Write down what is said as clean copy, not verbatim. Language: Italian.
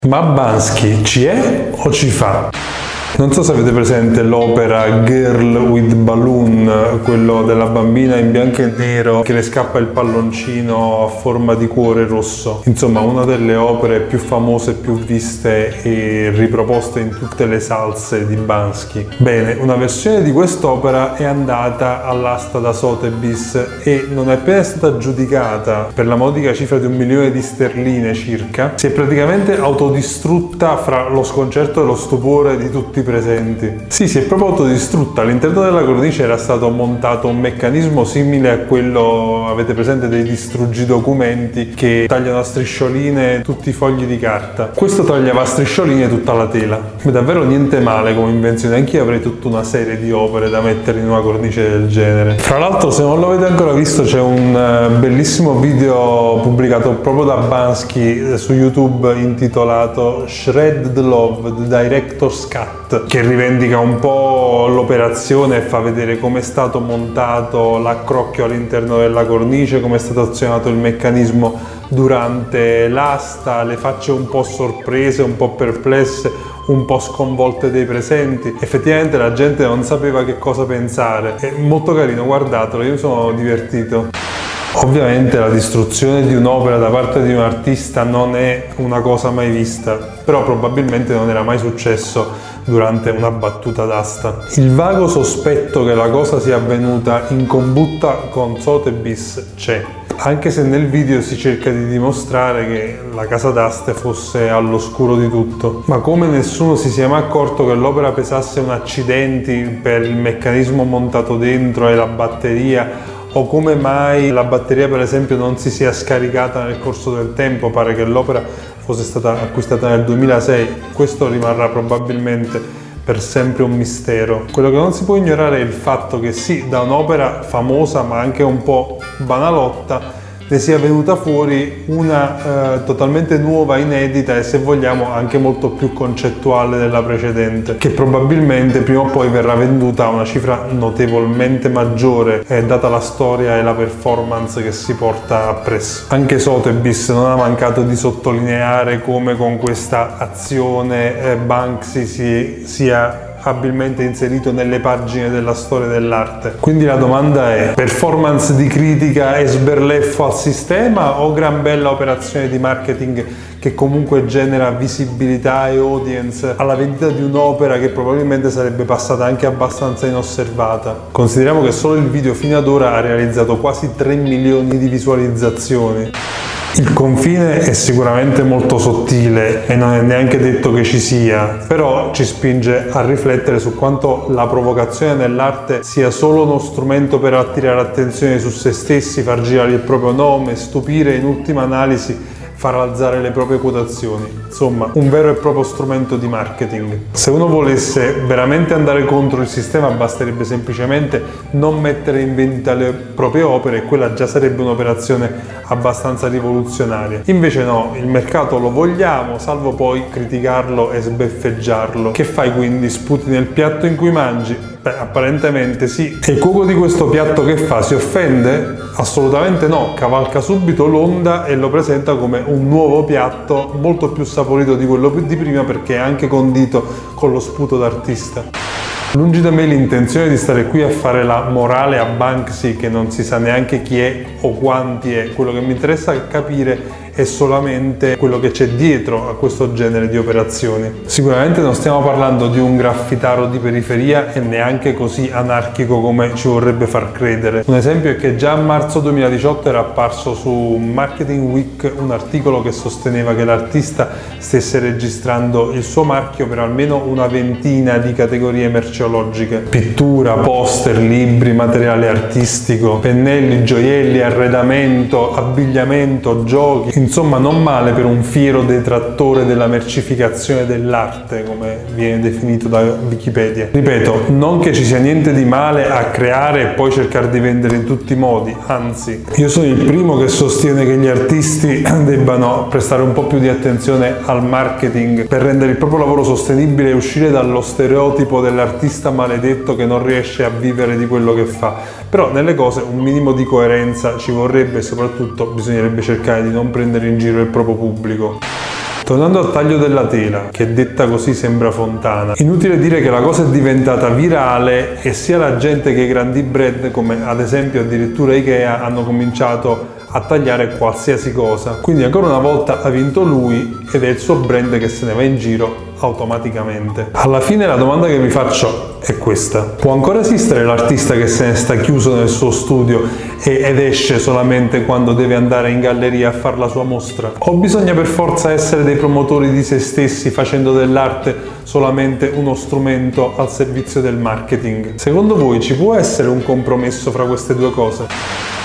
Ma Banksy ci è o ci fa? Non so se avete presente l'opera Girl with Balloon, quello della bambina in bianco e nero che le scappa il palloncino a forma di cuore rosso. Insomma, una delle opere più famose, più viste e riproposte in tutte le salse di Banksy. Bene, una versione di quest'opera è andata all'asta da Sotheby's e non è appena stata giudicata per la modica cifra di 1 milione di sterline circa, si è praticamente autodistrutta fra lo sconcerto e lo stupore di tutti i presenti. Sì, si è proprio autodistrutta. All'interno della cornice era stato montato un meccanismo simile a quello, avete presente, dei distruggidocumenti che tagliano a striscioline tutti i fogli di carta. Questo tagliava a striscioline tutta la tela. Davvero niente male come invenzione, anch'io avrei tutta una serie di opere da mettere in una cornice del genere. Fra l'altro, se non lo avete ancora visto, c'è un bellissimo video pubblicato proprio da Banksy su YouTube intitolato Shredded Love, The Director's Cut, che rivendica un po' l'operazione e fa vedere come è stato montato l'accrocchio all'interno della cornice, come è stato azionato il meccanismo durante l'asta, le facce un po' sorprese, un po' perplesse, un po' sconvolte dei presenti. Effettivamente la gente non sapeva che cosa pensare. È molto carino, guardatelo, io mi sono divertito. Ovviamente la distruzione di un'opera da parte di un artista non è una cosa mai vista, però probabilmente non era mai successo durante una battuta d'asta. Il vago sospetto che la cosa sia avvenuta in combutta con Sotheby's c'è, anche se nel video si cerca di dimostrare che la casa d'aste fosse all'oscuro di tutto. Ma come nessuno si sia mai accorto che l'opera pesasse un accidenti per il meccanismo montato dentro e la batteria, o come mai la batteria per esempio non si sia scaricata nel corso del tempo, pare che l'opera fosse stata acquistata nel 2006, questo rimarrà probabilmente per sempre un mistero. Quello che non si può ignorare è il fatto che sì, da un'opera famosa ma anche un po' banalotta ne sia venuta fuori una totalmente nuova, inedita e, se vogliamo, anche molto più concettuale della precedente, che probabilmente prima o poi verrà venduta a una cifra notevolmente maggiore, data la storia e la performance che si porta appresso. Anche Sotheby's non ha mancato di sottolineare come con questa azione Banksy sia abilmente inserito nelle pagine della storia dell'arte. Quindi la domanda è: performance di critica e sberleffo al sistema o gran bella operazione di marketing che comunque genera visibilità e audience alla vendita di un'opera che probabilmente sarebbe passata anche abbastanza inosservata? Consideriamo che solo il video fino ad ora ha realizzato quasi 3 milioni di visualizzazioni. Il confine è sicuramente molto sottile e non è neanche detto che ci sia, però ci spinge a riflettere su quanto la provocazione nell'arte sia solo uno strumento per attirare attenzione su se stessi, far girare il proprio nome, stupire e in ultima analisi far alzare le proprie quotazioni. Insomma, un vero e proprio strumento di marketing. Se uno volesse veramente andare contro il sistema, basterebbe semplicemente non mettere in vendita le proprie opere e quella già sarebbe un'operazione abbastanza rivoluzionaria. Invece no, il mercato lo vogliamo, salvo poi criticarlo e sbeffeggiarlo. Che fai quindi? Sputi nel piatto in cui mangi? Beh, apparentemente sì. E il cuoco di questo piatto che fa? Si offende? Assolutamente no, cavalca subito l'onda e lo presenta come un nuovo piatto molto più saporito di quello di prima, perché è anche condito con lo sputo d'artista. Lungi da me l'intenzione di stare qui a fare la morale a Banksy, che non si sa neanche chi è o quanti è. Quello che mi interessa capire è solamente quello che c'è dietro a questo genere di operazioni. Sicuramente non stiamo parlando di un graffitaro di periferia e neanche così anarchico come ci vorrebbe far credere. Un esempio è che già a marzo 2018 era apparso su Marketing Week un articolo che sosteneva che l'artista stesse registrando il suo marchio per almeno una ventina di categorie merceologiche: pittura, poster, libri, materiale artistico, pennelli, gioielli, arredamento, abbigliamento, giochi. Insomma, non male per un fiero detrattore della mercificazione dell'arte, come viene definito da Wikipedia. Ripeto, non che ci sia niente di male a creare e poi cercare di vendere in tutti i modi, anzi, io sono il primo che sostiene che gli artisti debbano prestare un po' più di attenzione al marketing per rendere il proprio lavoro sostenibile e uscire dallo stereotipo dell'artista maledetto che non riesce a vivere di quello che fa. Però nelle cose un minimo di coerenza ci vorrebbe e soprattutto bisognerebbe cercare di non prendere in giro il proprio pubblico. Tornando al taglio della tela, che detta così sembra fontana, inutile dire che la cosa è diventata virale e sia la gente che i grandi brand, come ad esempio addirittura Ikea, hanno cominciato a tagliare qualsiasi cosa. Quindi ancora una volta ha vinto lui ed è il suo brand che se ne va in giro automaticamente. Alla fine la domanda che mi faccio è questa: può ancora esistere l'artista che se ne sta chiuso nel suo studio ed esce solamente quando deve andare in galleria a fare la sua mostra? O bisogna per forza essere dei promotori di se stessi, facendo dell'arte solamente uno strumento al servizio del marketing? Secondo voi ci può essere un compromesso fra queste due cose?